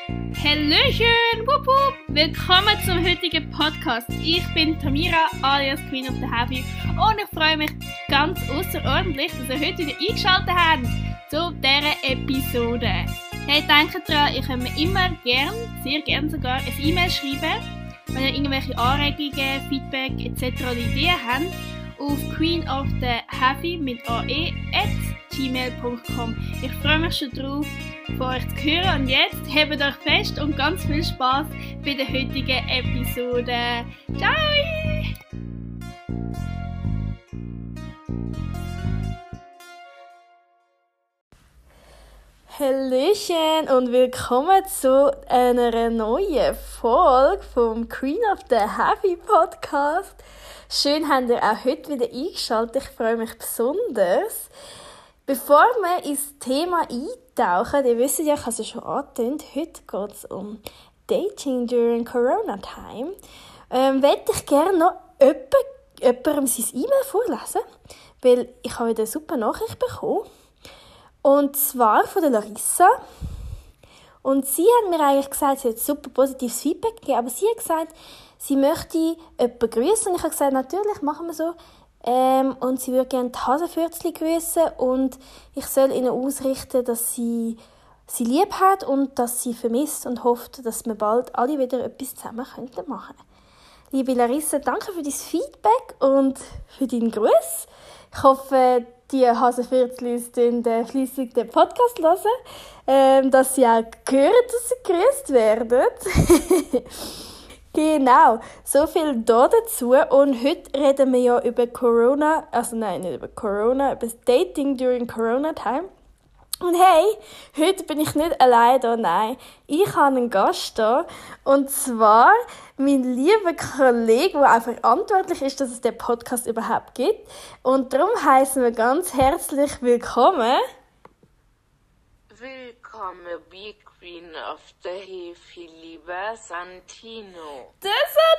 Hallöchen, wup wup. Willkommen zum heutigen Podcast. Ich bin Tamira alias Queen of the Heavy und ich freue mich ganz außerordentlich, dass ihr heute wieder eingeschaltet habt zu dieser Episode. Hey, denkt dran, ihr könnt mir immer sehr gerne sogar ein E-Mail schreiben, wenn ihr irgendwelche Anregungen, Feedback etc. oder Ideen habt, auf queenoftheheavy mit ae@gmail.com. Ich freue mich schon drauf, von euch zu hören und jetzt hebt euch fest und ganz viel Spaß bei der heutigen Episode. Ciao! Hallöchen und willkommen zu einer neuen Folge vom Queen of the Heavy Podcast. Schön, habt ihr auch heute wieder eingeschaltet. Ich freue mich besonders. Bevor wir ins Thema eintauchen, ihr wisst ja, ich habe es schon angetönt, heute geht es um Dating during Corona Time. Möchte ich gerne noch jemandem sein E-Mail vorlesen, weil ich habe wieder eine super Nachricht bekommen. Und zwar von der Larissa. Und sie hat mir eigentlich gesagt, sie hat super positives Feedback gegeben, aber sie hat gesagt, sie möchte jemanden grüßen. Und ich habe gesagt, natürlich, machen wir so. Und sie würde gerne die Hasenfürzli grüßen und ich soll ihnen ausrichten, dass sie lieb hat und dass sie vermisst und hofft, dass wir bald alle wieder etwas zusammen machen könnten. Liebe Larissa, danke für dein Feedback und für deinen Gruß. Ich hoffe, die Hasenfürzlis hören fleissig den Podcast hören, dass sie auch hören, dass sie gegrüßt werden. Genau, so viel dazu. Und heute reden wir ja über Corona, nicht über Corona, über das Dating during Corona Time. Und hey, heute bin ich nicht allein da, nein. Ich habe einen Gast da. Und zwar mein lieber Kollege, der auch verantwortlich ist, dass es den Podcast überhaupt gibt. Und darum heißen wir ganz herzlich willkommen. Willkommen, Big Queen of the Heavy, lieber Santino. Der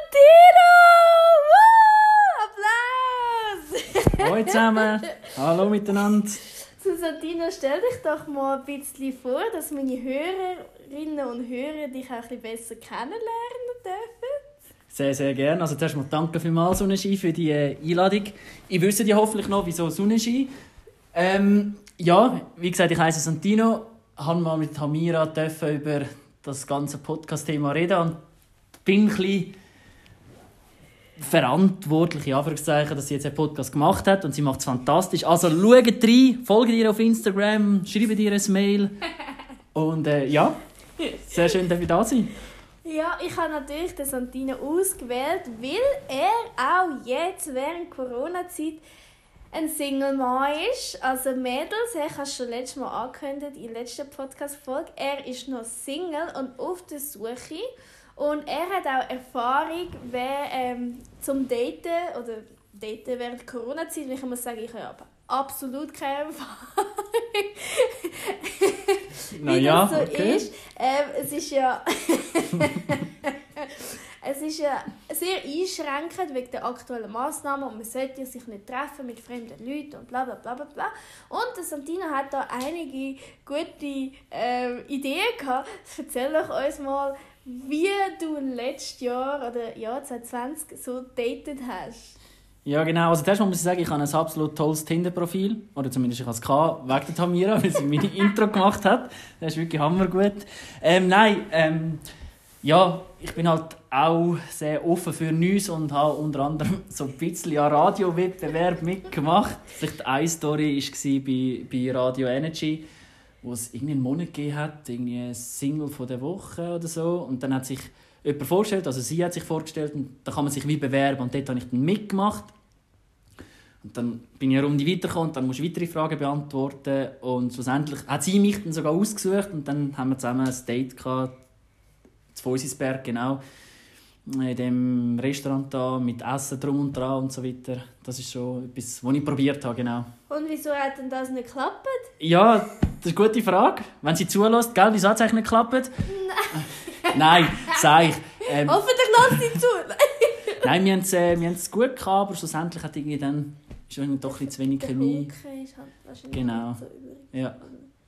Santino! Woo! Applaus! Hallo zusammen, hallo miteinander. Zu Santino, stell dich doch mal ein bisschen vor, dass meine Hörerinnen und Hörer dich auch ein bisschen besser kennenlernen dürfen. Sehr, sehr gerne. Also zuerst mal danke vielmals, Sonnenschein, für die Einladung. Ich wüsste ja hoffentlich noch, wieso Sonnenschein. Ja, wie gesagt, ich heiße Santino, habe mal mit Tamira über das ganze Podcast-Thema reden und bin ein bisschen verantwortlich, in Anführungszeichen, dass sie jetzt einen Podcast gemacht hat und sie macht es fantastisch. Also schaut rein, folgt ihr auf Instagram, schreibt ihr ein Mail und ja, sehr schön, dass ihr da seid. Ja, ich habe natürlich den Santino ausgewählt, weil er auch jetzt während Corona-Zeit ein Single-Mann ist. Also Mädels, ich habe es schon letztes Mal angekündigt in der letzten Podcast-Folge, er ist noch Single und auf der Suche. Und er hat auch Erfahrung zum Daten oder Daten während Corona-Zeit. Ich muss sagen, ich habe absolut keine Erfahrung. Wie das so okay. ist. Es ist ja sehr einschränkend wegen der aktuellen Massnahmen und man sollte sich nicht treffen mit fremden Leuten und bla bla bla bla bla. Und der Santino hat da einige gute Ideen gehabt. Erzähl doch uns mal, wie du letztes Jahr oder Jahr 2020 so datet hast. Ja, genau. Also zuerst muss ich sagen, ich habe ein absolut tolles Tinder-Profil. Oder zumindest ich habe es gehabt, wegen der Tamira, weil sie meine Intro gemacht hat. Das ist wirklich hammergut. Ja, ich bin halt auch sehr offen für Neues und habe unter anderem so ein bisschen an Radiowettbewerb mitgemacht. Vielleicht eine Story war bei Radio Energy, wo es irgendwie einen Monat gegeben hat, irgendwie ein Single von der Woche oder so. Und dann hat sich jemand vorgestellt, also sie hat sich vorgestellt und da kann man sich wie bewerben und dort habe ich dann mitgemacht. Und dann bin ich eine Runde weitergekommen und dann musste ich weitere Fragen beantworten und schlussendlich hat sie mich dann sogar ausgesucht und dann haben wir zusammen ein Date gehabt, in Voisisberg, genau, in dem Restaurant da mit Essen drum und dran und so weiter. Das ist schon etwas, was ich probiert habe, genau. Und wieso hat denn das nicht geklappt? Ja, das ist eine gute Frage. Wenn sie zulässt, gell, wieso hat es eigentlich nicht geklappt? Nein, sag ich. Hoffentlich lässt sie zu. Nein, wir haben es gut gehabt, aber schlussendlich hat irgendwie dann ist doch ein bisschen zu wenig Chemie. Okay, ist halt wahrscheinlich Genau. nicht so übrig. Ja.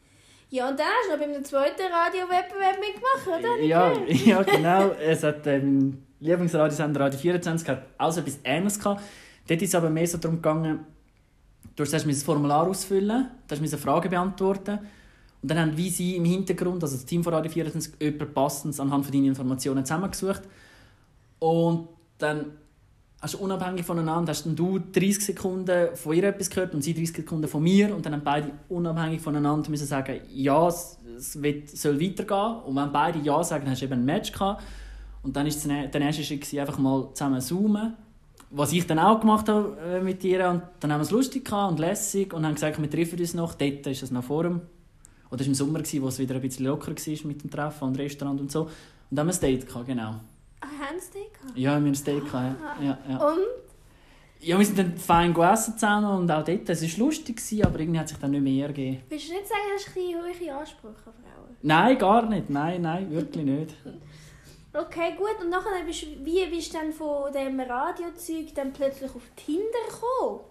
Ja, und dann hast du noch beim zweiten Radio-Wettbewerb mitgemacht, oder? Ja, genau. Es hat mein Lieblingsradiosender Radio 24 hat auch so etwas Ähnliches gehabt. Dort ist es aber mehr so darum gegangen, du musst ein Formular ausfüllen, du musst Fragen beantworten und dann haben wie sie im Hintergrund, also das Team von Radio 24, jemand Passendes anhand von deinen Informationen zusammengesucht. Und dann hast du unabhängig voneinander, hast du 30 Sekunden von ihr etwas gehört und sie 30 Sekunden von mir und dann haben beide unabhängig voneinander müssen sagen, ja, es soll weitergehen. Und wenn beide ja sagen, dann hast du eben ein Match gehabt. Und dann war der nächste Schritt einfach mal zusammen zoomen. Was ich dann auch gemacht habe mit ihr. Und dann haben wir es lustig und lässig und haben gesagt, wir treffen uns noch. Dort ist es noch vor dem. Oder es war im Sommer, wo es wieder ein bisschen locker war mit dem Treffen und Restaurant und so. Und dann haben wir ein Date gehabt, genau. Haben Sie Steak gehabt? Ja, wir haben ein Steak gehabt, ja. Und? Ja, wir sind dann fein gegessen zusammen und auch dort. Es war lustig, aber irgendwie hat sich dann nicht mehr ergeben. Willst du nicht sagen, hast du ein bisschen hohe Ansprüche an Frauen? Nein, gar nicht. Nein, wirklich nicht. Okay, gut. Und nachher wie bist du dann von diesem Radiozeug dann plötzlich auf Tinder gekommen?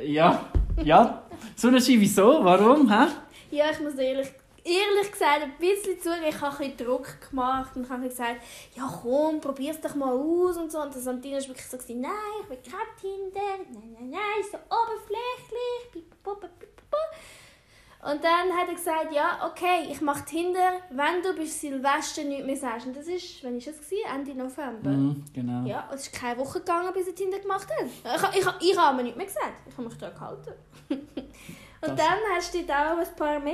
Ja. So eine Ski, wieso? Warum? Hä? Ja, ich muss dir ehrlich gesagt ein bisschen zu. Ich habe ein bisschen Druck gemacht und habe gesagt, ja komm, probier es doch mal aus und so. Und Santino war wirklich so, nein, ich will kein Tinder, nein, so oberflächlich, pipapo. Und dann hat er gesagt, ja, okay, ich mache Tinder, wenn du bis Silvester nichts mehr sagst. Und das war, wann war das? Ende November. Genau. Ja, es ist keine Woche gegangen, bis ich Tinder gemacht habe. Ich habe mir nichts mehr gesagt. Ich habe mich da gehalten. Und dann hast du da auch ein paar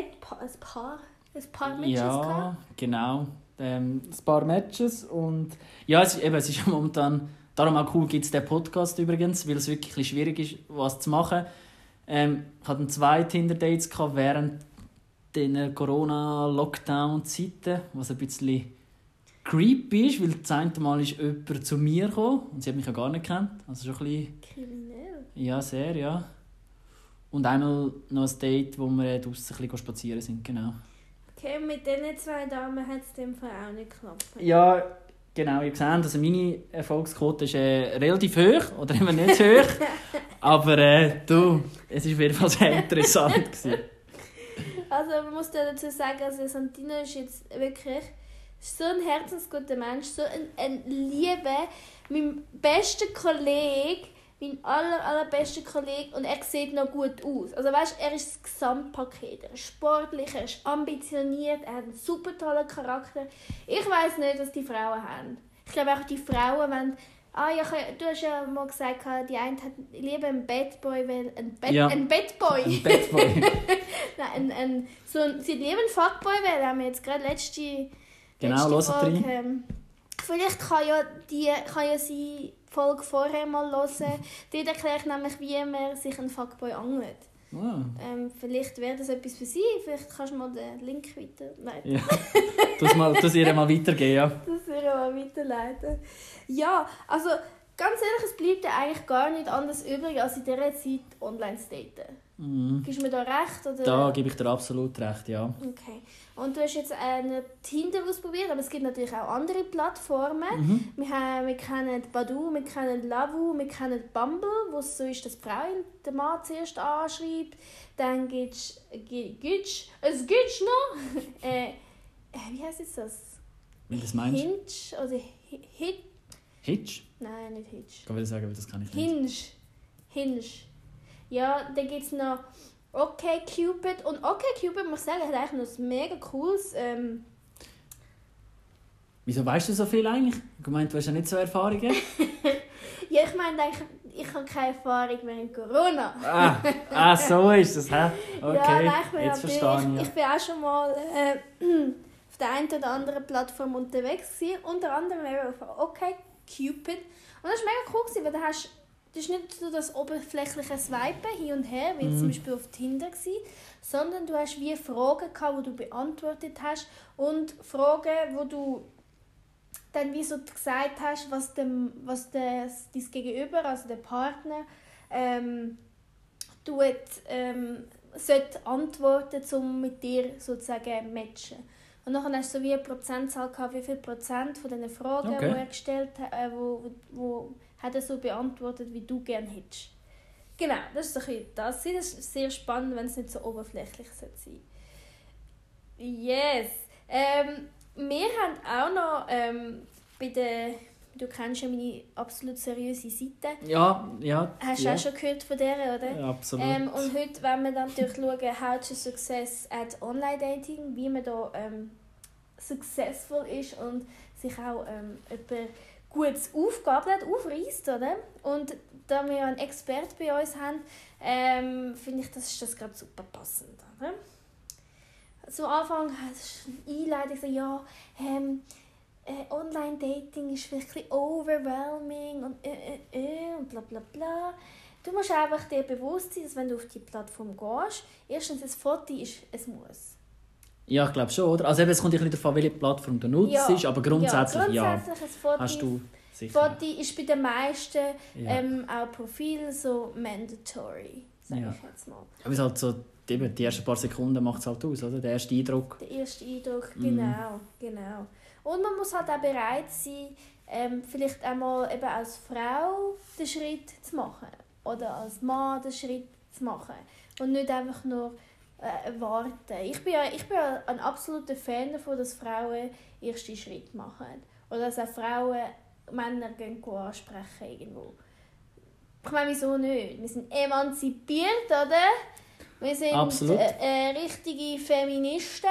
Matches ja, gehabt. Genau. Ein paar Matches. Und ja, es ist momentan... Darum auch cool gibt es den Podcast übrigens, weil es wirklich ein bisschen schwierig ist, was zu machen. Ich hatte 2 Tinder-Dates während den Corona-Lockdown-Zeiten, was ein bisschen creepy ist, weil das eine Mal ist jemand zu mir gekommen und sie hat mich ja gar nicht gekannt. Also schon ein bisschen... Kriminell. Ja, sehr, ja. Und einmal noch ein Date, wo wir draussen ein bisschen spazieren sind, genau. Okay, mit diesen 2 Damen hat es in dem Fall auch nicht geklappt. Ja, genau. Ihr seht, also meine Erfolgsquote ist relativ hoch, oder immer nicht hoch. Aber es war auf jeden Fall sehr interessant gewesen. Also man muss dazu sagen, also Santino ist jetzt wirklich so ein herzensguter Mensch, so ein Lieber, mein bester Kollege, mein allerbester Kollege und er sieht noch gut aus. Also weißt, er ist das Gesamtpaket. Er ist sportlich, er ist ambitioniert, er hat einen super tollen Charakter. Ich weiss nicht, was die Frauen haben. Ich glaube auch die Frauen, wenn... du hast ja mal gesagt, die eine hat lieber einen Badboy, weil ein Badboy. Ein Badboy. Nein, sie lieben einen Fuckboy, weil haben wir jetzt gerade letzte Folge. Vielleicht kann ja sie Folge vorher mal hören. Dort erkläre ich nämlich, wie man sich einen Fuckboy angelt. Wow. Vielleicht wäre das etwas für sie. Vielleicht kannst du mal den Link weiterleiten. Ja. Das ihr mal weitergeben, ja. Das ihr mal weiterleiten. Ja, also ganz ehrlich, es bleibt ja eigentlich gar nicht anders übrig, als in dieser Zeit online zu daten. Gibst du mir da recht? Oder? Da gebe ich dir absolut recht, ja. Okay. Und du hast jetzt Tinder ausprobiert, aber es gibt natürlich auch andere Plattformen. Wir kennen Badoo, wir kennen Lavu, wir kennen Bumble, wo es so ist, dass die Frau den Mann zuerst anschreibt. Dann gibt es noch. Wie heisst jetzt das? Wie das meinst? Hinge oder Hitch? Nein, nicht Hitch. Ich kann sagen, das kann ich nicht. Hinge. Ja, dann gibt es noch OkCupid. Und OkCupid, muss ich sagen, hat eigentlich noch ein mega cooles... Wieso weißt du so viel eigentlich? Ich meine, du hast ja nicht so Erfahrungen. Ja, ich meine eigentlich, ich habe keine Erfahrung während Corona. So ist das, hä? Okay, ja, nein, jetzt verstehe ich. Ich bin auch schon mal auf der einen oder anderen Plattform unterwegs gewesen, unter anderem auf OkCupid. Und das war mega cool, weil das ist nicht so das oberflächliche Swipen hin und her, wie zum Beispiel auf Tinder war, sondern du hast wie Fragen gehabt, die du beantwortet hast und Fragen, wo du dann wie so gesagt hast, was dein Gegenüber, also der Partner, sollte antworten, um mit dir sozusagen zu matchen. Und dann hast du so wie eine Prozentzahl gehabt, wie viel Prozent von diesen Fragen, die er gestellt hat, wo hat er so beantwortet, wie du gerne hättest. Genau, das ist so ein bisschen das. Das ist sehr spannend, wenn es nicht so oberflächlich sein sollte. Yes. Wir haben auch noch bei der... Du kennst ja meine absolut seriöse Seite. Ja. Hast du auch schon gehört von der, oder? Ja, absolut. Und heute wollen wir dann natürlich schauen, how to success at Online Dating, wie man da successful ist und sich auch jemand Gutes aufreißt, oder? Und da wir ja einen Experten bei uns haben, finde ich, das ist das gerade super passend, oder? Zu Anfang hast du eine Einleitung so, ja, Online-Dating ist vielleicht ein bisschen overwhelming und bla bla bla. Du musst einfach dir bewusst sein, dass wenn du auf die Plattform gehst, erstens ein Foto ist ein Muss. Ja, ich glaube schon, oder? Also eben, es kommt ein bisschen darauf an, welche Plattform du nutzt, aber grundsätzlich ja. Ein Foto, hast du sicher. Foto ist bei den meisten auch Profil so mandatory, sage ich jetzt mal. Aber es halt so, eben, die ersten paar Sekunden macht es halt aus, oder? Der erste Eindruck. Der erste Eindruck, genau. Und man muss halt auch bereit sein, vielleicht einmal eben als Frau den Schritt zu machen. Oder als Mann den Schritt zu machen. Und nicht einfach nur warten. Ich bin ja ein absoluter Fan davon, dass Frauen erste Schritte machen. Oder dass auch Frauen Männer ansprechen irgendwo. Ich meine, wieso nicht? Wir sind emanzipiert, oder? Wir sind richtige Feministen.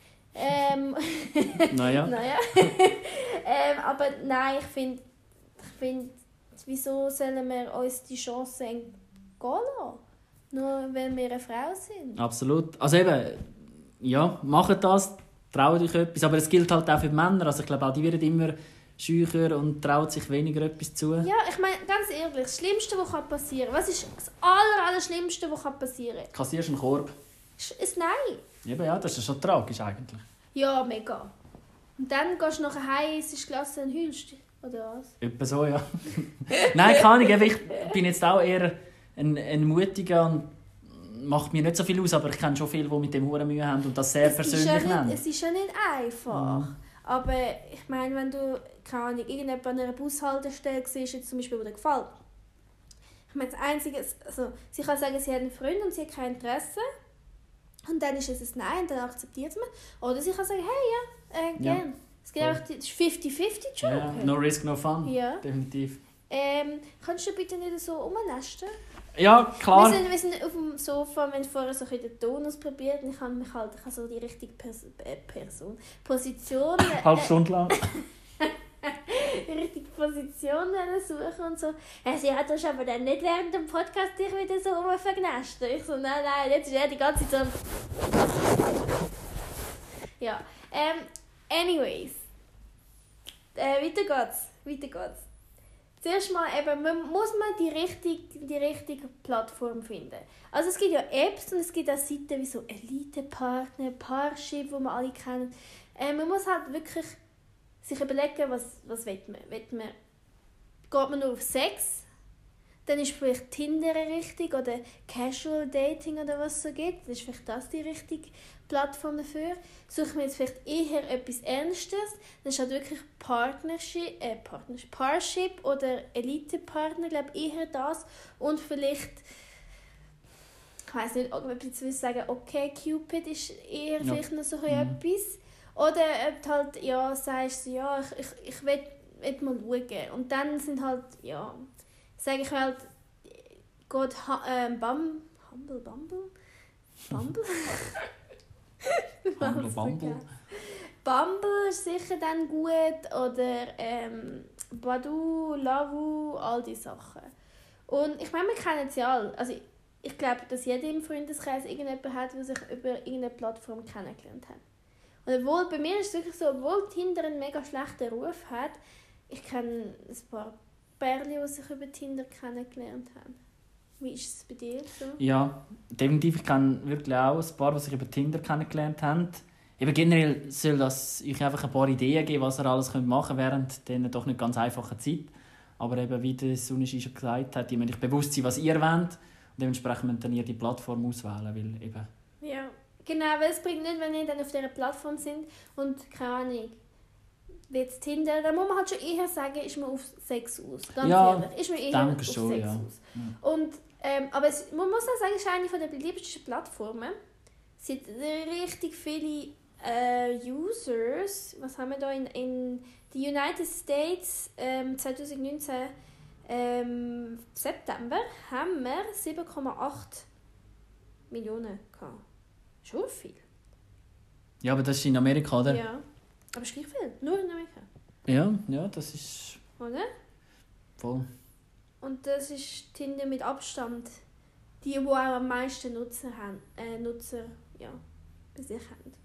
Naja. Aber nein, ich finde, wieso sollen wir uns die Chance entgehen lassen? Nur weil wir eine Frau sind. Absolut. Also eben, ja, macht das, traut euch etwas. Aber es gilt halt auch für die Männer. Also ich glaube auch, die werden immer schücher und traut sich weniger etwas zu. Ja, ich meine, ganz ehrlich, das Schlimmste, was passieren kann, was ist das Allerschlimmste, was passieren kann? Kassierst einen Korb. Ein Nein. Eben, ja, das ist schon tragisch eigentlich. Ja, mega. Und dann gehst du nachher heim, es ist gelassen und heulst. Oder was? Etwa so, ja. Nein, keine Ahnung. Ich bin jetzt auch eher ein Mutiger und macht mir nicht so viel aus, aber ich kenne schon viele, die mit dem Huren Mühe haben und das sehr persönlich nehmen. Es ist ja nicht einfach. Mhm. Aber ich meine, wenn du, keine Ahnung, irgendjemand an einer Bushaltestelle siehst, jetzt zum Beispiel, wo dir gefällt. Ich meine, das Einzige, also, sie kann sagen, sie hat einen Freund und sie hat kein Interesse. Und dann ist es ein Nein und dann akzeptiert man. Oder sie kann sagen, hey, ja, gerne. Ja. Es gibt einfach, das ist 50-50-Job. Ja, no risk, no fun. Ja. Definitiv. Kannst du bitte nicht so rumnesten? Ja, klar. Wir sind auf dem Sofa, wir haben vorher so den Ton ausprobiert und ich habe so die richtige Position... Halbe Stunde lang. die richtige Position suchen und so. Sie hat das aber dann nicht während dem Podcast dich wieder so vergnäscht. Ich so, nein, jetzt ist er die ganze Zeit so... Ja, anyways. Weiter geht's. Zuerst mal muss man die richtige Plattform finden. Also es gibt ja Apps und es gibt auch Seiten wie so Elite-Partner, Parship, die wir alle kennen. Man muss halt wirklich sich überlegen, was will man. Geht man nur auf Sex? Dann ist vielleicht Tinder richtig oder Casual Dating oder was es so gibt. Dann ist vielleicht das die richtige Plattform dafür. Suchen wir jetzt vielleicht eher etwas Ernstes, dann ist halt wirklich Parship oder Elite-Partner, glaube ich, eher das. Und vielleicht, ich weiss nicht, ob ich jetzt sagen, okay, Cupid ist eher vielleicht noch so etwas. Oder ob du halt, ja, sagst, ja, ich will mal schauen. Und dann sind halt, ja, sage ich halt, geht Bumble? Bumble ist sicher dann gut. Oder Badoo, Lavu, all diese Sachen. Und ich meine, wir kennen es ja alle. Also ich glaube, dass jeder im Freundeskreis irgendjemanden hat, der sich über irgendeine Plattform kennengelernt hat. Und obwohl, bei mir ist es wirklich so, obwohl Tinder einen mega schlechten Ruf hat, ich kenne ein paar Pärchen, die sich über Tinder kennengelernt haben. Wie ist es bei dir so? Ja, definitiv. Ich kenne wirklich auch ein paar, die sich über Tinder kennengelernt haben. Eben generell soll das euch einfach ein paar Ideen geben, was ihr alles machen könnt während dieser doch nicht ganz einfachen Zeit. Aber eben, wie der Sunichi schon gesagt hat, ihr müsst euch bewusst sein, was ihr wollt. Und dementsprechend müsst ihr die Plattform auswählen, weil eben... Ja, genau, weil es bringt nicht, wenn ihr dann auf dieser Plattform sind und keine Ahnung, wie jetzt Tinder, da muss man halt schon eher sagen, ist man auf Sex aus. Ganz ehrlich, ist man eher auf schon, Sex aus. Ja. Und, aber man muss auch sagen, es ist eine der beliebtesten Plattformen. Es sind richtig viele Users, was haben wir da in den United States 2019 September haben wir 7,8 Millionen gehabt. Schon viel. Ja, aber das ist in Amerika, oder? Ja, aber es ist gleich viel. Nur in Amerika. Ja, das ist Oder? voll. Und das ist Tinder mit Abstand die auch am meisten Nutzer ja, bei sich haben.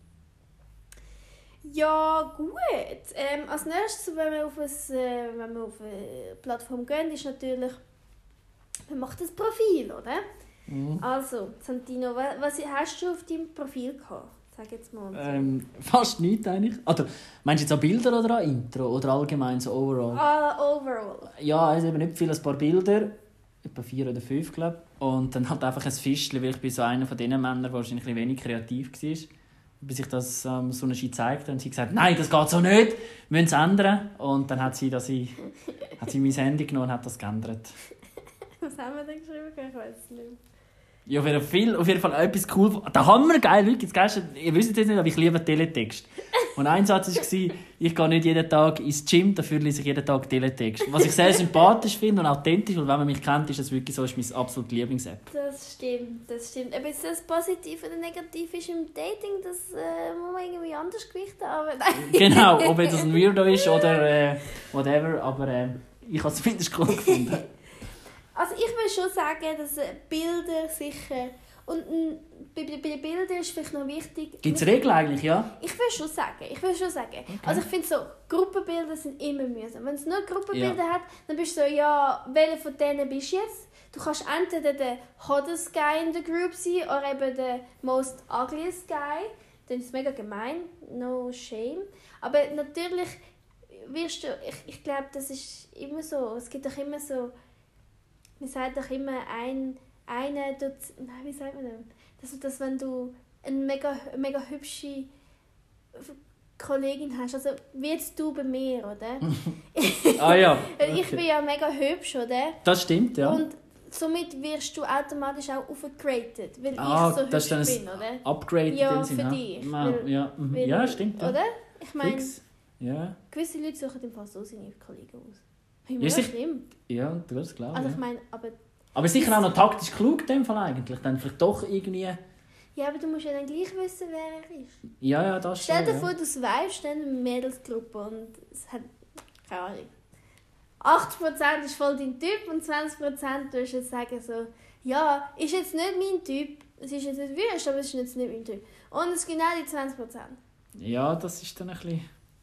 Ja, gut. Als nächstes, wenn wir auf eine Plattform gehen, ist natürlich, man macht ein Profil, oder? Mhm. Also, Santino, was hast du auf deinem Profil gehabt? Sag jetzt mal. Fast nichts eigentlich. Oder, meinst du jetzt an Bilder oder an Intro? Oder allgemein so overall? Overall. Ja, also eben nicht viel, ein paar Bilder. Etwa 4 oder 5, glaube ich. Und dann halt einfach ein Fischchen, weil ich bin so einer von diesen Männern, der wahrscheinlich ein bisschen wenig kreativ war. Bis ich das so eine Ski gezeigt habe, hat sie gesagt, nein, das geht so nicht, wir müssen es ändern. Und dann hat sie mein Handy genommen und hat das geändert. Was haben wir denn geschrieben? Ich weiß es nicht. Ja, auf jeden Fall etwas cool. Der Hammer geil, wirklich. Ihr wisst es jetzt nicht, aber ich liebe Teletext. Und ein Satz war, ich gehe nicht jeden Tag ins Gym, dafür lese ich jeden Tag Teletext. Was ich sehr sympathisch finde und authentisch, weil wenn man mich kennt, ist das wirklich so, ist meine absolute Lieblings-App. Das stimmt. Ob jetzt das positiv oder negativ ist im Dating, das muss man irgendwie anders gewichten. Aber nein. Genau, ob jetzt das ein Weirdo ist oder whatever, aber ich habe es zumindest cool gefunden. Also ich würde schon sagen, dass Bilder sicher... Und bei den Bildern ist vielleicht noch wichtig... Gibt es Regeln eigentlich, ja? Ich würde schon sagen. Okay. Also ich finde so, Gruppenbilder sind immer mühsam. Wenn es nur Gruppenbilder hat, dann bist du so, ja, welcher von denen bist du jetzt? Du kannst entweder der hottest guy in der Group sein oder eben der most ugliest guy. Das ist mega gemein, no shame. Aber natürlich wirst du... Ich glaube, das ist immer so. Es gibt doch immer so... Man sagt doch immer, wie sagt man das? Dass wenn du eine mega hübsche Kollegin hast, also wie jetzt du bei mir, oder? Ah ja. Okay. Ich bin ja mega hübsch, oder? Das stimmt, ja. Und somit wirst du automatisch auch aufgeratet, weil ich so das hübsch ist bin, oder? Upgrade Ja, in dem Sinne. für dich. Ja, stimmt. Ja. Oder? Ich meine, Fix. Ja. gewisse Leute suchen im Fall so seine Kollegen aus. Ja, Ja, stimmt. Ja, du wirst klar. Also ja. ich meine, Aber sicher auch noch taktisch klug in dem Fall eigentlich. Dann vielleicht doch irgendwie... ja, aber du musst ja dann gleich wissen, wer er ist. Ja, das schon. Stell dir vor, du swipest dann eine Mädelsgruppe und es hat... keine Ahnung. 80% ist voll dein Typ und 20% du jetzt sagen so... ja, ist jetzt nicht mein Typ. Es ist jetzt nicht wüst, aber es ist jetzt nicht mein Typ. Und es sind genau die 20%. Ja, das ist dann ein bisschen...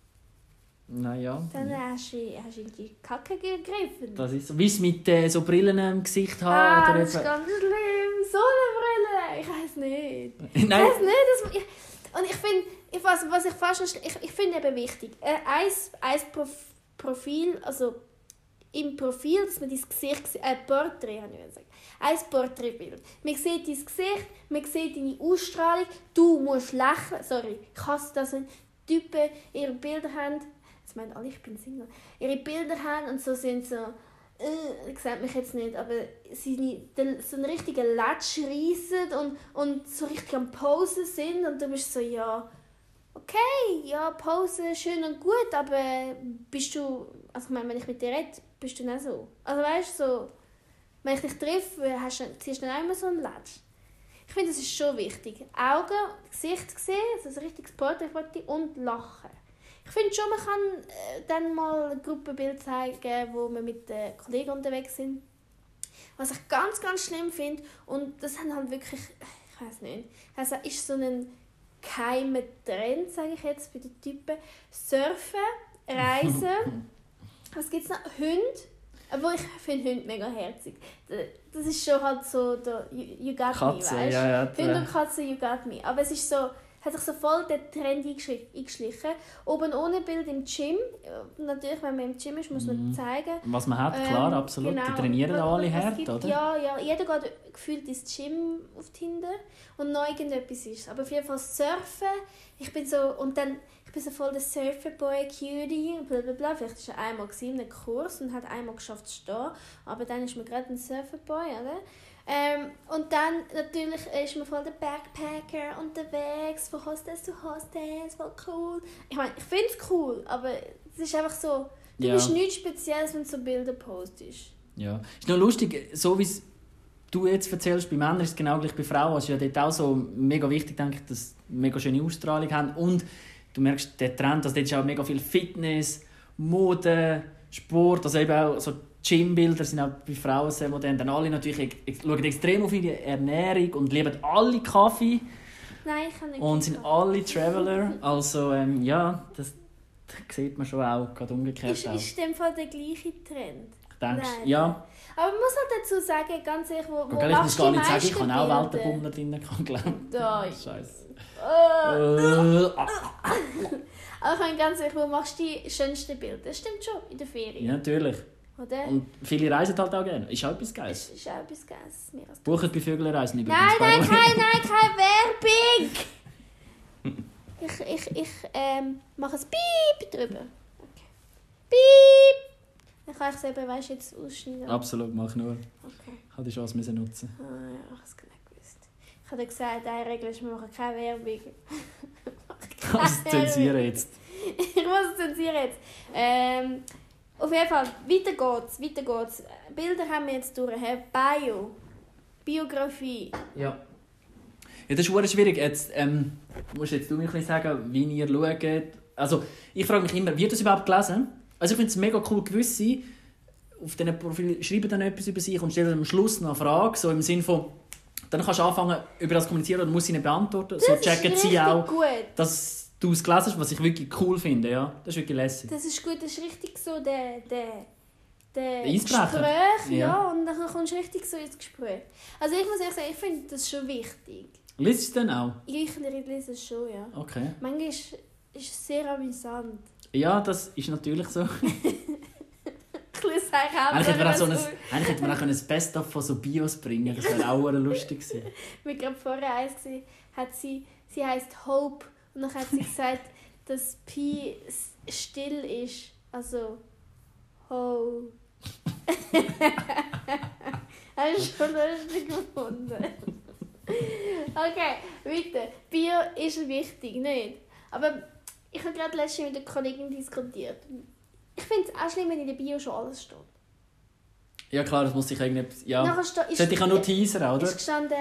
Naja. Dann hast du in die Kacke gegriffen. Das ist so. Wie es mit so Brillen im Gesicht haben. Oder das ist ganz schlimm. So eine Brille. Ich weiß nicht. Nein. Ich weiß nicht. Und ich finde, was ich fast ich finde eben wichtig, ein Profil, also im Profil, dass man dein Gesicht sieht, Porträt, habe ich gesagt. Ein Porträtbild. Man sieht dein Gesicht, man sieht deine Ausstrahlung, du musst lächeln. Sorry, ich hasse das, wenn Typen ihre Bilder haben. Das meint alle, ich bin Single. Ihre Bilder haben und so sind so, sieht mich jetzt nicht, aber sie so einen richtigen Latsch reissen und so richtig am Posen sind und du bist so, ja, okay, ja, Pose, schön und gut, aber bist du, also ich meine, wenn ich mit dir rede, bist du nicht so. Also weißt du, so, wenn ich dich treffe, ziehst du dann auch immer so einen Latsch. Ich finde, das ist schon wichtig. Augen, Gesicht sehen, also ein richtiges Porträt und lachen. Ich finde schon, man kann dann mal ein Gruppenbild zeigen, wo wir mit Kollegen unterwegs sind. Was ich ganz, ganz schlimm finde, und das haben halt wirklich, ich weiß nicht, also ist so ein geheimer Trend, sage ich jetzt, bei den Typen. Surfen, Reisen, was gibt es noch? Hunde. Aber ich finde Hunde mega herzig. Das ist schon halt so, you got Katze, me, weißt du? ja. Hunde und Katze, you got me. Aber es ist so, hat sich so voll der Trend eingeschlichen. Oben ohne Bild im Gym. Natürlich, wenn man im Gym ist, muss man zeigen. Was man hat, klar, absolut. Genau. Die trainieren alle hart, gibt, oder? Ja, jeder geht gefühlt ins Gym auf Tinder und noch irgendetwas ist. Aber auf jeden Fall Surfen. Ich bin so voll der Surferboy, Cutie, blablabla. Vielleicht war er einmal in einem Kurs und hat einmal geschafft zu stehen. Aber dann ist man gerade ein Surferboy, oder? Und dann natürlich ist man voll der Backpacker unterwegs, von Hostess zu Hostess, voll cool. Ich meine, ich finde es cool, aber es ist einfach so, du bist nichts Spezielles, wenn du so Bilder postest. Ja, ist noch lustig, so wie es du jetzt erzählst, bei Männern ist es genau gleich bei Frauen. Es ist ja dort auch so mega wichtig, denke ich, dass sie eine mega schöne Ausstrahlung haben. Und du merkst den Trend, dass dort ist auch mega viel Fitness, Mode, Sport, also eben auch so Gymbilder sind auch bei Frauen sehr modern. Dann alle natürlich schauen extrem auf ihre Ernährung und lieben alle Kaffee. Nein, ich kann nicht. Und sind alle Traveler. Also ja, das sieht man schon auch, gerade umgekehrt Ist in dem Fall der gleiche Trend? Denkst Nein. ja. Aber man muss halt dazu sagen, ganz ehrlich, wo Ich muss machst gar du die nicht sagen, ich meisten habe auch Bilder? Weltenbummler drin, glaube Da. Scheiße. Aber ich meine ganz ehrlich, wo machst du die schönsten Bilder? Das stimmt schon, in der Ferien. Ja, natürlich. Oder? Und viele reisen halt auch gerne. Ist auch etwas Geiles. Ist auch etwas Geiles. Mehr als Buchen bei Vögelreisen übrigens. Nein, keine Werbung! Ich mache ein Piep drüber. Okay. Piep! Dann kann ich es eben, weißt du, jetzt ausschneiden. Absolut, mach nur. Okay. Ich habe die Chance nutzen. Ah ja, ich habe es nicht gewusst. Ich habe dir gesagt, eine Regel ist, wir machen keine Werbung. Kannst du zensieren jetzt? Ich muss es zensieren jetzt. Auf jeden Fall, weiter geht's. Bilder haben wir jetzt durch. Biografie. Ja. Ja, das ist verdammt schwierig. Jetzt musst jetzt du mir ein bisschen sagen, wie ihr schaut. Also, ich frage mich immer, wird das überhaupt gelesen? Also ich finde es mega cool, gewisse auf diesen Profilen schreiben dann etwas über sich und stellen am Schluss noch eine Frage, so im Sinne von, dann kannst du anfangen, über das zu kommunizieren oder musst sie nicht beantworten. Das so checken sie auch, gut. dass du es gelesen hast, was ich wirklich cool finde. Ja? Das ist wirklich lässig. Das ist gut, das ist richtig so der Eisbrecher. Gespräch. Ja. Ja, und dann kommst du richtig so ins Gespräch. Also ich muss ehrlich sagen, ich finde das schon wichtig. Liest du es dann auch? Ich lese es schon, ja. Okay. Manchmal ist es sehr amüsant. Ja, das ist natürlich so. Eigentlich hätte man auch ein Best-of von so Bios bringen. Das wäre auch lustig gewesen. Wie gerade vorher eins gesehen, sie heisst Hope und dann hat sie gesagt, dass Pi still ist. Also Ho. Hast du schon lustig gefunden? Okay, weiter. Bio ist wichtig, nicht? Aber ich habe gerade letztens mit einer Kollegin diskutiert. Ich finde es auch schlimm, wenn in der Bio schon alles steht. Ja klar, das muss ich eigentlich... Ja. Sollte ich auch nur teasern, oder? Ist gestanden,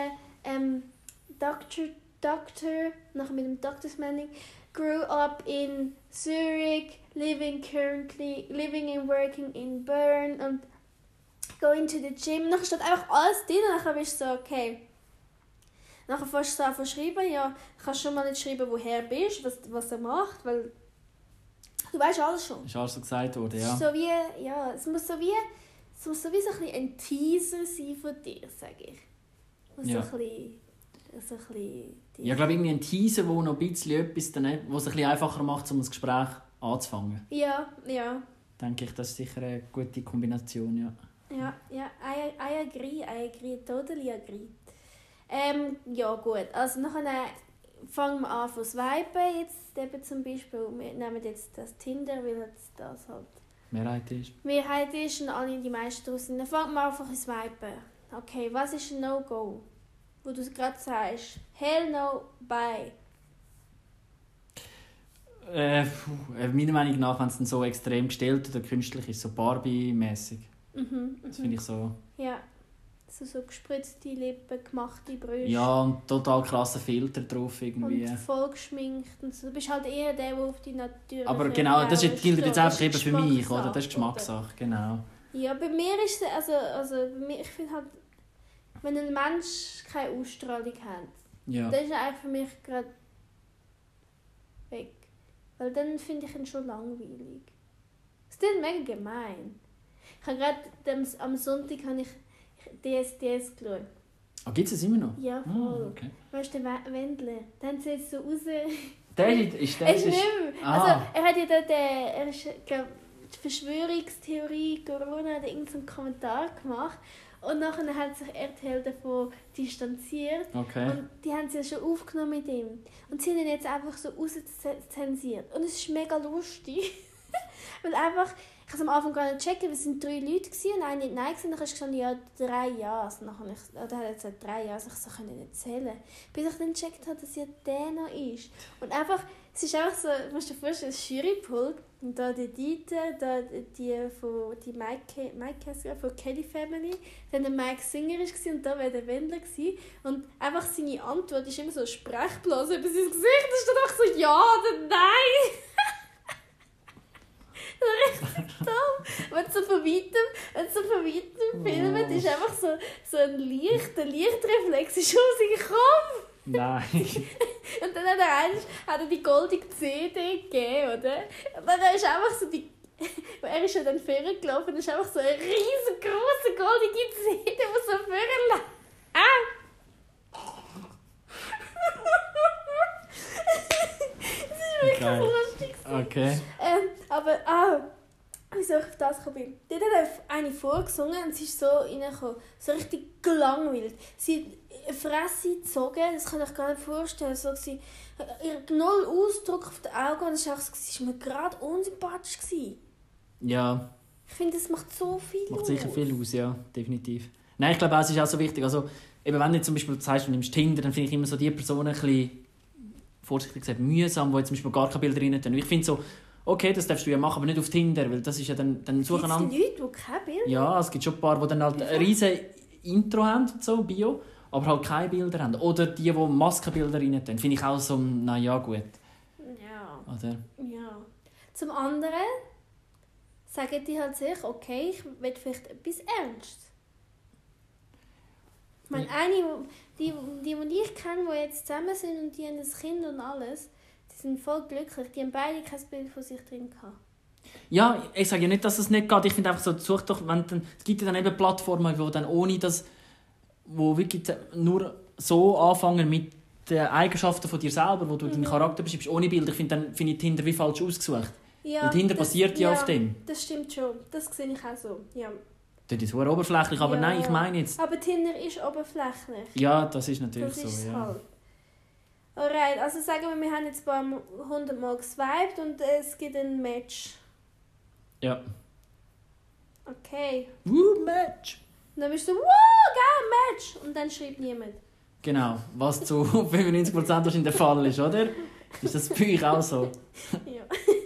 Doctor, nachher mit dem Doctor's Manning, grew up in Zurich, living and working in Bern und going to the gym. Nachher steht einfach alles drin und dann bist du so, okay. Nachher fährst du an schreiben, ja, kannst schon mal nicht schreiben, woher du bist, was er macht, weil du weißt alles schon. Ist alles so gesagt worden, ja. So wie, ja, es muss so wie so ein bisschen ein Teaser sein von dir, sage ich. Ja. So ein bisschen Ja, ich glaube, irgendwie ein Teaser, der noch ein bisschen etwas, wo es ein bisschen einfacher macht, um das Gespräch anzufangen. Ja. Denke ich, das ist sicher eine gute Kombination, ja. Ja, I agree, totally agree. Ja gut, also nachher fangen wir an von Swipen, jetzt eben zum Beispiel, wir nehmen jetzt das Tinder, weil das halt Mehrheit ist und alle die meisten draus sind. Dann fangen wir einfach an Swipen. Okay, was ist ein No-Go? Wo du gerade sagst, hell no, bye. Meiner Meinung nach, wenn es dann so extrem gestellt oder künstlich ist, so Barbie-mäßig. Das finde ich so... Ja, so gespritzte Lippen, gemachte Brüste. Ja, und total krasse Filter drauf irgendwie. Und voll geschminkt und so. Du bist halt eher der auf die Natur. Aber genau, das gilt jetzt einfach eben für mich, oder? Das ist Geschmackssache, genau. Ja, bei mir ist es, also bei mir, ich finde halt, wenn ein Mensch keine Ausstrahlung hat, ja. dann ist er eigentlich für mich gerade weg. Weil dann finde ich ihn schon langweilig. Das ist mega gemein. Ich habe gerade am Sonntag habe ich DSDS geschaut. Ah, gibt es immer noch? Ja, voll. Okay. Weißt du, der Wendler, dann sieht es so raus. Der ist nicht mehr. Ah. Also, er hat ja er ist, glaub, die Verschwörungstheorie Corona hat irgendeinen Kommentar gemacht und nachher hat sich RTL davon distanziert. Okay. Und die haben sie ja schon aufgenommen mit ihm. Und sie haben ihn jetzt einfach so rauszensiert. Und es ist mega lustig. Weil einfach, ich habe es am Anfang gar nicht gecheckt, weil es waren 3 Leute und einer nicht Nein gesagt. Dann hast du gestanden, ja, 3 Ja. Also dann hat er gesagt, 3 Ja. Also ich so, kann ich nicht zählen. Bis ich dann gecheckt habe, dass ja der noch ist. Und einfach, es ist einfach so, du musst dir vorstellen, ein Jurypult. Und da die Dieter, da die Mike von Kelly Family. Dann der Mike Singer war und da war der Wendler. Und einfach seine Antwort ist immer so Sprechblase über sein Gesicht. Da steht einfach so Ja oder Nein. Richtig dumm. Wenn du so von weitem filmt, ist einfach so ein Lichtreflex ist um seinen Kopf. Nein. Und dann hat er die goldige CD gegeben, oder? Und dann ist einfach so er ist ja dann vorher gelaufen und ist einfach so eine riesengroße goldige CD, die so vorher lag. Das ist wirklich lustig. Okay. Aber, wieso ich auf das gekommen bin. Dort hat eine vorgesungen und sie ist so reingekommen. So richtig gelangweilt. Sie hat Fresse gezogen, das kann ich mir gar nicht vorstellen. So, sie null Ausdruck auf den Augen. Und es war mir gerade unsympathisch. Ja. Ich finde, das macht so viel macht sicher viel aus, ja, definitiv. Nein, ich glaube, es ist auch so wichtig. Also, eben, wenn du zum Beispiel sagst, du nimmst Tinder, dann finde ich immer so die Personen ein bisschen, vorsichtig gesagt, mühsam, die jetzt zum Beispiel gar keine Bilder rein tun. Ich finde so, okay, das darfst du ja machen, aber nicht auf Tinder, weil das ist ja dann suchen an. Gibt es Leute, die keine Bilder haben? Ja, es gibt schon ein paar, die dann halt ein riesen Intro haben, so, Bio, aber halt keine Bilder haben. Oder die Maskenbilder rein tun. Finde ich auch so, naja, gut. Ja. Oder? Ja. Zum anderen sagen die halt sich, okay, ich will vielleicht etwas ernst. Ich meine, die ich kenne, die jetzt zusammen sind und die haben ein Kind und alles, die sind voll glücklich. Die haben beide kein Bild von sich drin gehabt. Ja, ich sage ja nicht, dass es nicht geht. Ich finde einfach so, such doch, es gibt ja dann eben Plattformen, wo dann ohne das, wo wirklich nur so anfangen mit den Eigenschaften von dir selber, wo du deinen Charakter beschreibst, ohne Bilder. Ich finde Tinder wie falsch ausgesucht. Ja, und Tinder basiert ja auf dem. Das stimmt schon. Das sehe ich auch so. Ja. Das ist sehr oberflächlich, aber ja. Nein, ich meine jetzt... Aber Tinder ist oberflächlich. Ja, das ist natürlich das so, ja. Halt. Alright, also sagen wir haben jetzt ein paar 100 Mal geswiped und es gibt ein Match. Ja. Okay. Match! Und dann bist du so, geil, Match! Und dann schreibt niemand. Genau, was zu 95% wahrscheinlich der Fall ist, oder? Ist das bei euch auch so? Ja.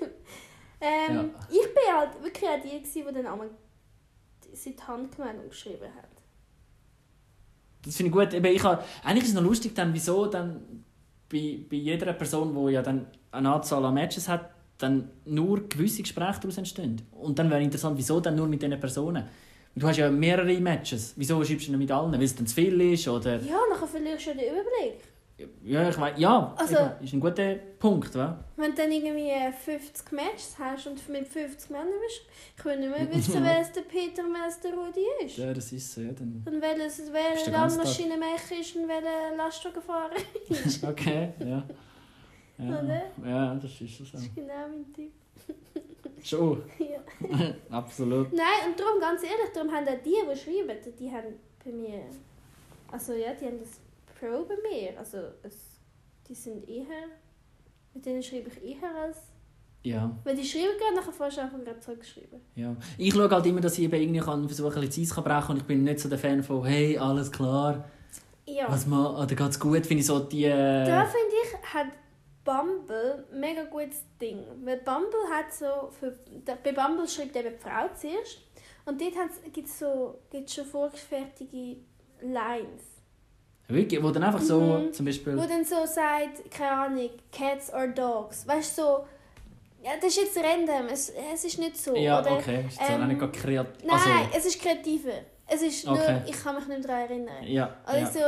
Ich war halt wirklich auch die dann einmal die Handgemeinde geschrieben hat. Das finde ich gut. Eigentlich ist es noch lustig, dann, wieso dann bei jeder Person, die ja dann eine Anzahl an Matches hat, dann nur gewisse Gespräche daraus entstehen. Und dann wäre interessant, wieso dann nur mit diesen Personen? Du hast ja mehrere Matches. Wieso schreibst du nicht mit allen? Weil es dann zu viel ist? Oder? Ja, nachher verlierst du den Überblick. Ja, ich meine, ja, also, ist ein guter Punkt, wa? Wenn du dann irgendwie 50 Matches hast und mit 50 Männern bist, ich will nicht mehr wissen, wer es der Peter und wer es der Rudi ist. Ja, das ist so, ja. Dann und welcher Landmaschinenmacher ist und welcher Lastwagenfahrer ist. Okay, ja. Ja. Oder? Ja, das ist so. Das ist genau mein Tipp. Schon. Ja. Absolut. Nein, und darum, ganz ehrlich, darum haben auch die schreiben, die haben bei mir... Also ja, die haben das Pro bei mir. Also die sind eher... Mit denen schreibe ich eher als... Ja. Weil die schreiben gerade, nachher fast einfach gerade zurückgeschrieben. Ja. Ich schaue halt immer, dass ich eben irgendwie versuchen, ein bisschen Zeit zu brechen und ich bin nicht so der Fan von «Hey, alles klar, ja. oder geht's gut?» Finde ich so die... Da finde ich, hat Bumble ein mega gutes Ding. Weil Bumble hat so... Bei Bumble schreibt eben die Frau zuerst. Und dort gibt es schon vorgefertigte Lines. Wirklich? Wo dann einfach so, zum Beispiel... Wo dann so sagt, keine Ahnung, Cats or Dogs. Weißt du, so... Ja, das ist jetzt random. Es ist nicht so. Ja, oder, okay. Ist jetzt auch nicht kreativ. Nein, also, es ist kreativer. Es ist okay. nur... Ich kann mich nicht daran erinnern. Ja. Also,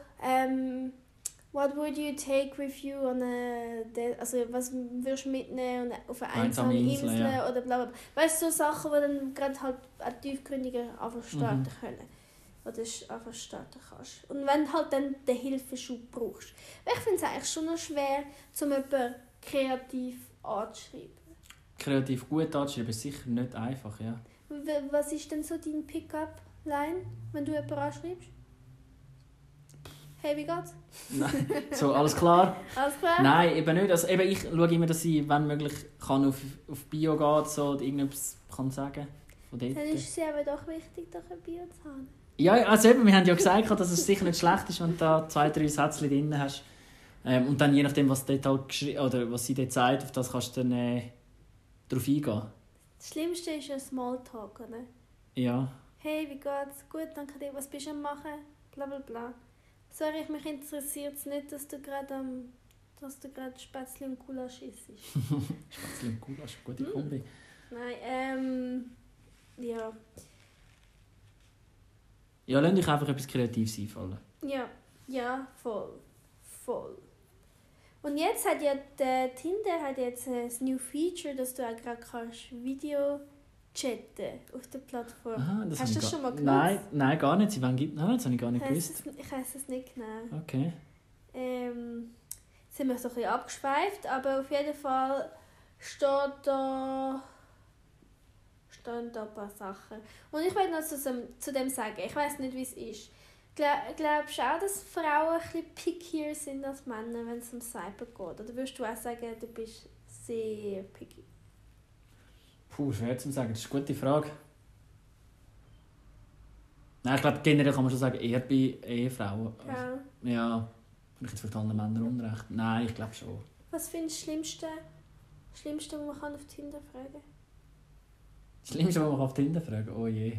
what would you take with you on a... Also, was würdest du mitnehmen auf eine einsame Insel ja. oder bla bla. Weißt du, so Sachen, die dann gerade halt auch tiefgründiger einfach starten können. Oder einfach starten kannst. Und wenn du halt dann den Hilfeschub brauchst. Weil ich finde es eigentlich schon noch schwer, um jemanden kreativ anzuschreiben. Kreativ gut anzuschreiben ist sicher nicht einfach, ja. Was ist denn so dein Pick-up-Line, wenn du jemanden anschreibst? Hey, wie geht's? Nein. So, alles klar? Alles klar? Nein, eben nicht. Also, eben, ich schaue immer, dass ich, wenn möglich, kann auf Bio gehen so, und irgendetwas kann sagen von dort. Dann ist es aber doch wichtig, doch ein Bio zu haben. Ja, also eben, wir haben ja gesagt, dass es sicher nicht schlecht ist, wenn du da 2-3 Sätze drin hast. Und dann je nachdem, was dort halt oder was sie dort sagt, auf das kannst du dann darauf eingehen. Das Schlimmste ist ja Smalltalk, oder? Ja. Hey, wie geht's? Gut, danke dir. Was bist du am machen? Bla bla bla. Sorry, mich interessiert es nicht, dass du gerade Spätzle und Gulasch isst. Spätzle und Gulasch, gute Kombi. Nein, ja. Ja, lass dich einfach etwas Kreatives einfallen. Ja, voll. Und jetzt hat ja Tinder jetzt ein new Feature, dass du auch gerade Video chatten auf der Plattform. Aha, Hast du das schon mal genutzt? Nein, gar nicht. Wann gibt es? Das habe ich gar nicht gewusst. Ich weiss es nicht genau. Okay. Jetzt sind wir so ein bisschen abgeschweift, aber auf jeden Fall stehen da ein paar Sachen. Und ich will noch zu dem sagen, ich weiss nicht, wie es ist. Glaubst du auch, dass Frauen ein bisschen pickier sind als Männer, wenn es um Cyber geht? Oder würdest du auch sagen, du bist sehr picky? Puh, schwer zu sagen. Das ist eine gute Frage. Nein, ich glaube, generell kann man schon sagen, eher bei Ehefrauen. Ja. Ja. Vielleicht jetzt für alle Männer Unrecht. Nein, ich glaube schon. Was findest du das Schlimmste, was man auf Tinder fragen kann? Das Schlimmste, was man auf Tinder fragen kann? Oh je.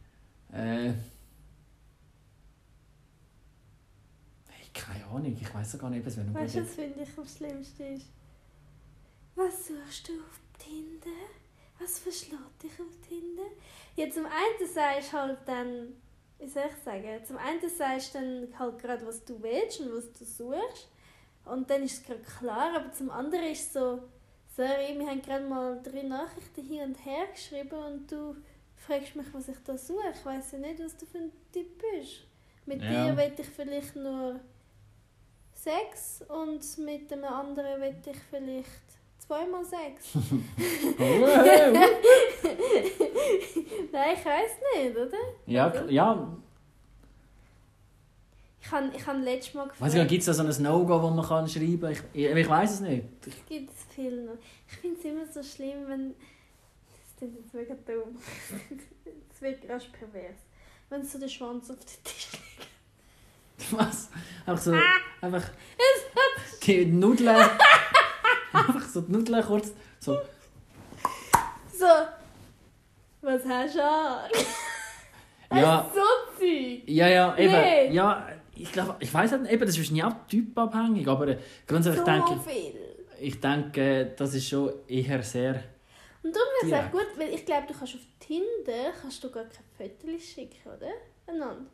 Keine Ahnung, ich weiss gar nicht, was wir noch Weißt du, was finde ich am schlimmsten ist? Was suchst du auf Tinder? Was verschlägt dich auf Tinder? Ja, zum einen sagst du halt dann, wie soll ich sagen, zum einen sagst du dann halt gerade, was du willst und was du suchst. Und dann ist es gerade klar, aber zum anderen ist es so, sorry, wir haben gerade mal 3 Nachrichten hin und her geschrieben und du fragst mich, was ich da suche. Ich weiss ja nicht, was du für ein Typ bist. Mit dir will ich vielleicht nur Sex und mit dem anderen will ich vielleicht 2-mal Sex. Nein, ich weiss nicht, oder? Ja, Also, ja. Ich habe letztes Mal gefragt. Weißt du, gibt es da so ein No-Go, das man kann schreiben kann? Ich weiss es nicht. Es gibt viel noch. Ich finde es immer so schlimm, wenn... Das klingt jetzt mega dumm. Es wird rasch pervers. Wenn so der Schwanz auf den Tisch liegt. Was? Einfach so... Einfach... Die Nudeln... Einfach so die Nudeln kurz... So... So... Was hast du an? Ja. So Zeug. Ja, eben. Nee. Ja, ich glaube... Ich weiss nicht, eben, das ist nicht auch typabhängig, aber grundsätzlich So viel. Ich denke, das ist schon eher sehr... Und darum wäre es direkt. auch gut, weil ich glaube, du kannst auf Tinder gar keine Fotos schicken, oder? Einander.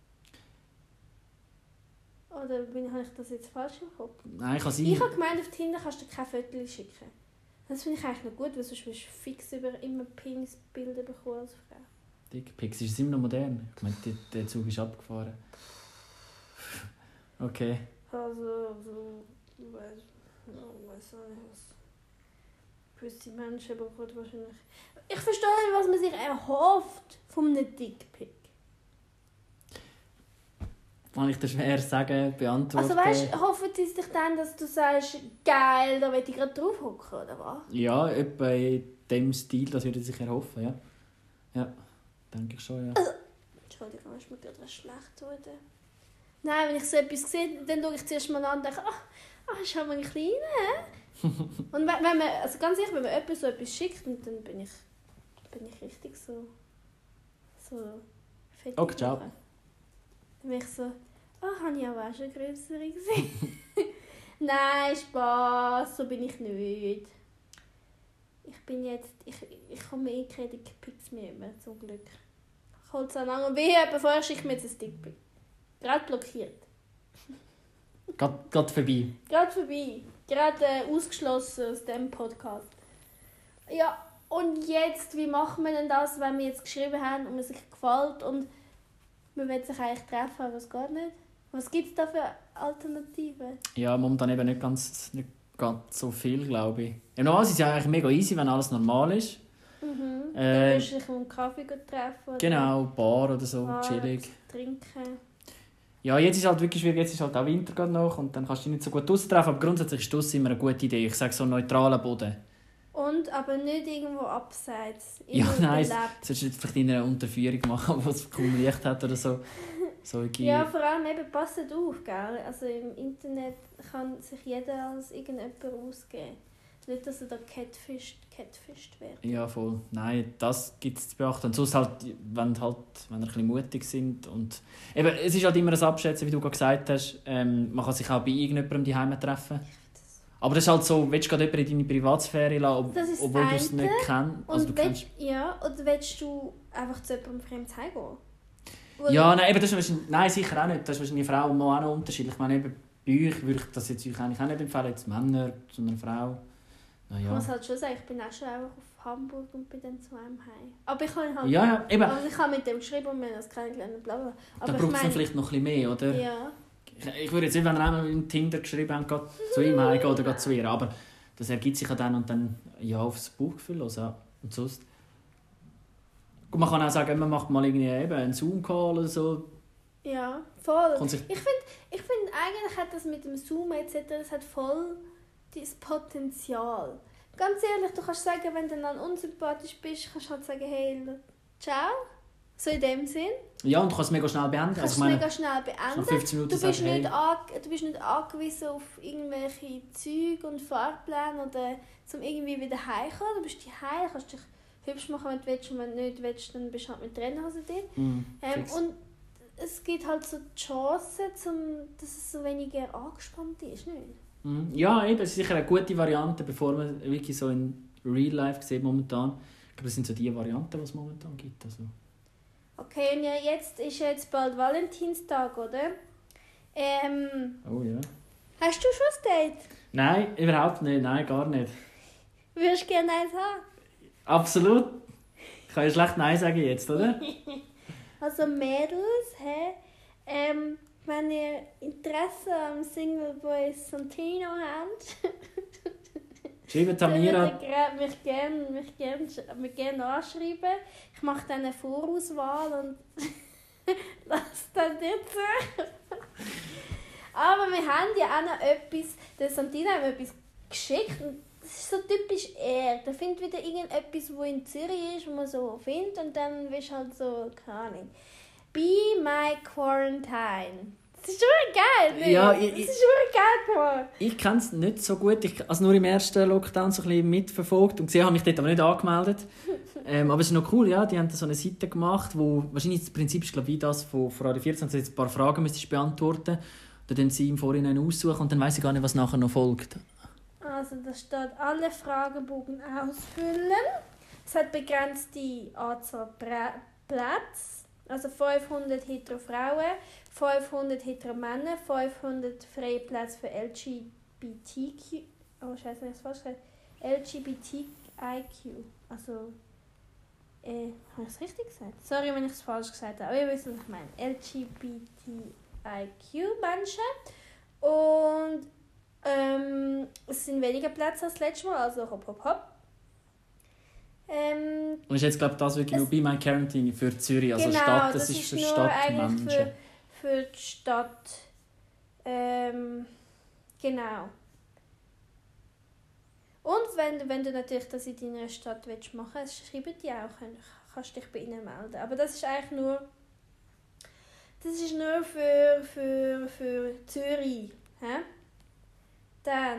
Oder habe ich das jetzt falsch im Kopf? Nein, kann sein. Ich habe gemeint, auf Tinder kannst du keine Fotos schicken. Das finde ich eigentlich noch gut, weil sonst wirst du fix immer Penisbilder bekommen als Frau. Dickpics, ist es immer noch modern? Ich meine, der Zug ist abgefahren. Okay. Also ich weiß auch nicht, was gewisse Menschen bekommen wahrscheinlich. Ich verstehe nicht, was man sich erhofft von einem Dickpic. Kann ich dir schwer sagen, beantworten. Also weißt, hoffen sie sich dann, dass du sagst, geil, da will ich gerade drauf hocken, oder was? Ja, etwa in dem Stil, das würde ich sich erhoffen, ja. Ja, denke ich schon, ja. Entschuldigung, ist mir gerade schlecht geworden. Nein, wenn ich so etwas sehe, dann schaue ich zuerst mal an und denke, ist aber ein kleiner. Und wenn man, also ganz ehrlich, wenn man jemand so etwas schickt, dann bin ich richtig so fett. Okay, ciao. Dann bin ich so, habe ich auch schon grössere gesehen? Nein, Spaß, so bin ich nicht. Ich komme keine Dickpics mehr über, zum Glück. Ich hole es an lange Weh, bevor ich mir jetzt ein Dickpic. Gerade blockiert. Gerade vorbei. Gerade vorbei. Gerade ausgeschlossen aus diesem Podcast. Ja, und jetzt, wie machen wir denn das, wenn wir jetzt geschrieben haben und mir sich gefällt und man will sich eigentlich treffen, aber es geht nicht? Was gibt es da für Alternativen? Ja, momentan eben nicht ganz so viel, glaube ich. Im Normalfall ist es ja eigentlich mega easy, wenn alles normal ist. Dann willst du dich um einen Kaffee treffen? Oder Genau, Bar oder so, Bar, chillig. Trinken. Ja, jetzt ist halt wirklich schwierig, jetzt ist halt auch Winter gerade noch und dann kannst du dich nicht so gut draussen treffen, aber grundsätzlich ist das immer eine gute Idee. Ich sage so einen neutralen Boden. Und aber nicht irgendwo abseits. Ja, nein, belebt. solltest du nicht vielleicht in einer Unterführung machen, wo es kaum Licht hat oder so. Ja, vor allem eben, passt auf, gell? Also im Internet kann sich jeder als irgendjemand ausgeben. Nicht, dass er da catfished wird. Ja, voll. Nein, das gibt es zu beachten. Und sonst halt, wenn wir ein bisschen mutig sind. Und eben, es ist halt immer ein Abschätzen, wie du gerade gesagt hast. Man kann sich auch bei irgendjemandem daheim treffen. Aber das ist halt so, willst du gerade jemanden in deine Privatsphäre lassen, obwohl du es nicht kennst? Also, oder willst du einfach zu jemandem fremd heimgehen? Ja, nein, eben, das ist nein, sicher auch nicht. Das ist wahrscheinlich Frau und Mann auch noch unterschiedlich. Ich meine, eben, bei euch würde ich das jetzt euch eigentlich auch nicht empfehlen, jetzt Männer zu einer Frau. Ich muss halt schon sagen, ich bin auch schon einfach auf Hamburg und bin dann zu einem heim. Aber ich habe halt... Ja, eben. Aber ich habe mit dem geschrieben und wir haben das kennengelernt, bla bla. Da braucht es dann vielleicht noch ein bisschen mehr, oder? Ja. Ich würde jetzt nicht, wenn ihr einmal in Tinder geschrieben habt, gerade zu ihm heimgehen oder gerade zu ihr. Aber das ergibt sich ja dann und dann ja, aufs Bauchgefühl. Also, und sonst... Und man kann auch sagen, man macht mal irgendwie eben einen Zoom-Call oder so. Ja, voll. Ich find eigentlich hat das mit dem Zoom etc. das hat voll das Potenzial. Ganz ehrlich, du kannst sagen, wenn du dann unsympathisch bist, kannst du halt sagen, hey, ciao. So in dem Sinn. Ja, und du kannst es mega schnell beenden. Mega schnell beenden. 15 Minuten du bist nicht angewiesen auf irgendwelche Züge und Fahrpläne oder zum irgendwie wieder heimkommen. Du bist daheim, kannst dich hübsch machen, wenn du willst, und wenn du nicht willst, dann bist du halt mit Trennhose drin. Und es gibt halt so die Chance, dass es so weniger angespannt ist, nicht? Ja, eben, es ist sicher eine gute Variante, bevor man wirklich so in Real Life sieht momentan. Ich glaube, das sind so die Varianten, die es momentan gibt. Also. Okay, und ja, jetzt ist bald Valentinstag, oder? Oh ja. Hast du schon ein Date? Nein, überhaupt nicht. Nein, gar nicht. Würdest du gerne eins haben? Absolut. Ich kann ja schlecht Nein sagen jetzt, oder? Also Mädels, wenn ihr Interesse am Single Boy Santino habt, schreibt an mir an. mich gerne anschreiben. Ich mache dann eine Vorauswahl und lasse dann nicht zu. Aber wir haben ja auch noch etwas, der Santino hat mir etwas geschickt. Das ist so typisch er. Der findet wieder irgendetwas, wo in Zürich ist, wo man so findet. Und dann bist du halt so, keine Ahnung. Be my quarantine. Das ist schon geil, ne? Ja, das ist schon geil geworden. Ich kenne es nicht so gut. Ich habe nur im ersten Lockdown so ein bisschen mitverfolgt und gesehen, habe mich dort aber nicht angemeldet. Aber es ist noch cool, ja. Die haben so eine Seite gemacht, wo wahrscheinlich das Prinzip ist, glaube ich, das von Radio 14, dass du jetzt ein paar Fragen müsstest beantworten. Dann können sie im Vorhinein aussuchen und dann weiss ich gar nicht, was nachher noch folgt. Also da steht, alle Fragebogen ausfüllen. Es hat begrenzte Anzahl Plätze. Also 500 hetero Frauen, 500 hetero Männer, 500 freie Plätze für LGBTQ. Oh Scheiße, ich habe es falsch gesagt. LGBTIQ. Also, habe ich es richtig gesagt? Sorry, wenn ich es falsch gesagt habe, aber ihr wisst, was ich meine. LGBTIQ-Menschen. Und es sind weniger Plätze als das letzte Mal, also hopp. Und ist jetzt, glaube ich, das wirklich nur Be My Quarantine für Zürich, also genau, Stadt, das ist für Stadtmenschen. Für die Stadt. Genau. Und wenn du natürlich das in deiner Stadt machen willst, schreiben die auch, kannst du dich bei ihnen melden. Aber das ist eigentlich nur für Zürich. He? Dann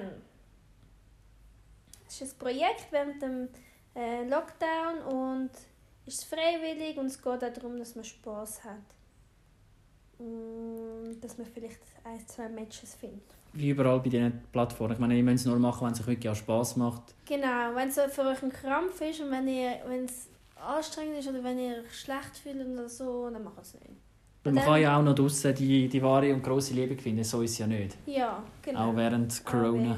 ist ein Projekt während dem Lockdown und ist freiwillig und es geht auch darum, dass man Spass hat. Und dass man vielleicht 1-2 Matches findet. Wie überall bei diesen Plattformen. Ich meine, ihr müsst es nur machen, wenn es euch wirklich auch Spass macht. Genau, wenn es für euch ein Krampf ist und wenn es anstrengend ist oder wenn ihr euch schlecht fühlt oder so, dann macht es nicht. Weil man kann ja auch noch draussen die wahre und grosse Liebe finden, so ist es ja nicht. Ja, genau. Auch während Corona.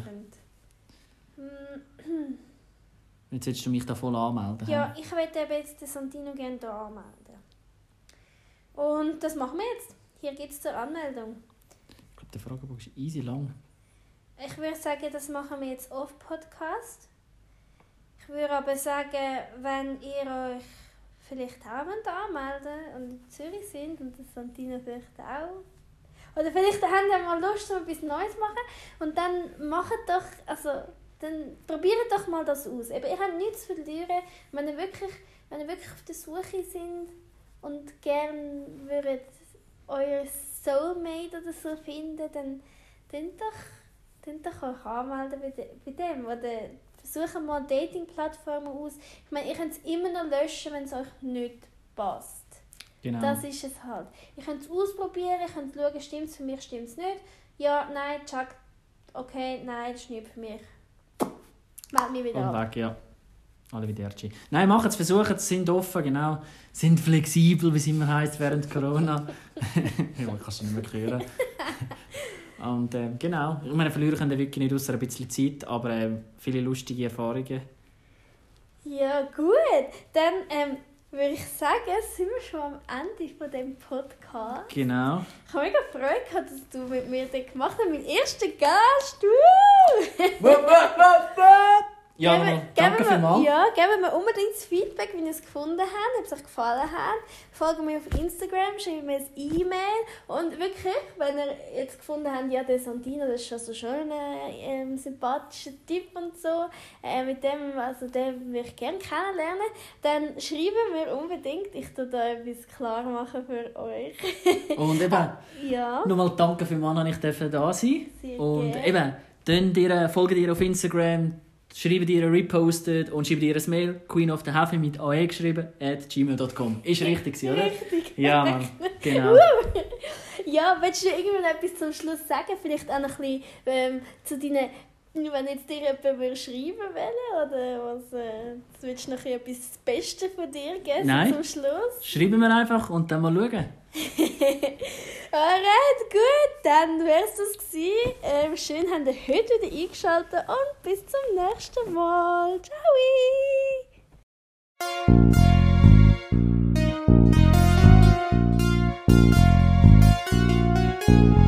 Jetzt willst du mich da voll anmelden. Ja, ich möchte jetzt den Santino gerne hier anmelden. Und das machen wir jetzt. Hier gibt es zur Anmeldung. Ich glaube, der Fragebogen ist easy lang. Ich würde sagen, das machen wir jetzt off-Podcast. Ich würde aber sagen, wenn ihr euch vielleicht auch anmelden wollt und in Zürich sind und das Santino vielleicht auch. Oder vielleicht haben ihr mal Lust, so etwas Neues zu machen. Und dann dann probiert doch mal das aus. Eben, ihr habt nichts zu verlieren. Wenn ihr wirklich auf der Suche sind und gerne würdet euer Soulmate oder so finden, dann doch euch anmelden bei dem. Oder versucht mal Dating-Plattformen aus. Ich meine, ihr könnt es immer noch löschen, wenn es euch nicht passt. Genau. Das ist es halt. Ihr könnt es ausprobieren, ihr könnt schauen, stimmt es für mich, stimmt es nicht. Ja, nein, check. Okay, nein, das ist nicht für mich. Meld mich wieder Und ab. weg, ja. Alle wieder RG. Nein, machen es, versuchen es, sind offen, genau. Sind flexibel, wie es immer heisst, während Corona. Ja, ich kann es nicht mehr hören. Und genau, ich meine, verlieren können wirklich nicht, ausser ein bisschen Zeit, aber viele lustige Erfahrungen. Ja, gut. Dann würde ich sagen, sind wir schon am Ende von diesem Podcast. Genau. Ich habe mega Freude gehabt, dass du mit mir das gemacht hast. Mein erster Gast. Ja, danke vielmals. Ja, geben wir unbedingt das Feedback, wie ihr es gefunden habt, ob es euch gefallen hat. Folgt mir auf Instagram, schreibt mir ein E-Mail. Und wirklich, wenn ihr jetzt gefunden habt, ja, der Santino, das ist also schon ein sympathischer Typ und so, mit dem, also den würde ich gerne kennenlernen, dann schreiben wir unbedingt. Ich tue da etwas klar machen für euch. Und eben, Ja. nochmal danke vielmals, dass ich da sein durfte. Sehr Und gerne. eben, folgt ihr auf Instagram, schreibt ihr, repostet und schreibt ihr ein Mail, queenoftheheavy mit AE geschrieben, @gmail.com. Ist richtig, oder? Richtig. Ja, Mann. Genau. Ja, willst du irgendwann etwas zum Schluss sagen? Vielleicht auch noch ein bisschen zu deinen, wenn jetzt dir jemand schreiben will, oder was, willst du noch etwas Bestes von dir geben Nein. zum Schluss? Schreiben wir einfach und dann mal schauen. Alright, gut, dann wär's das gewesen. Schön, habt ihr heute wieder eingeschaltet und bis zum nächsten Mal. Ciao!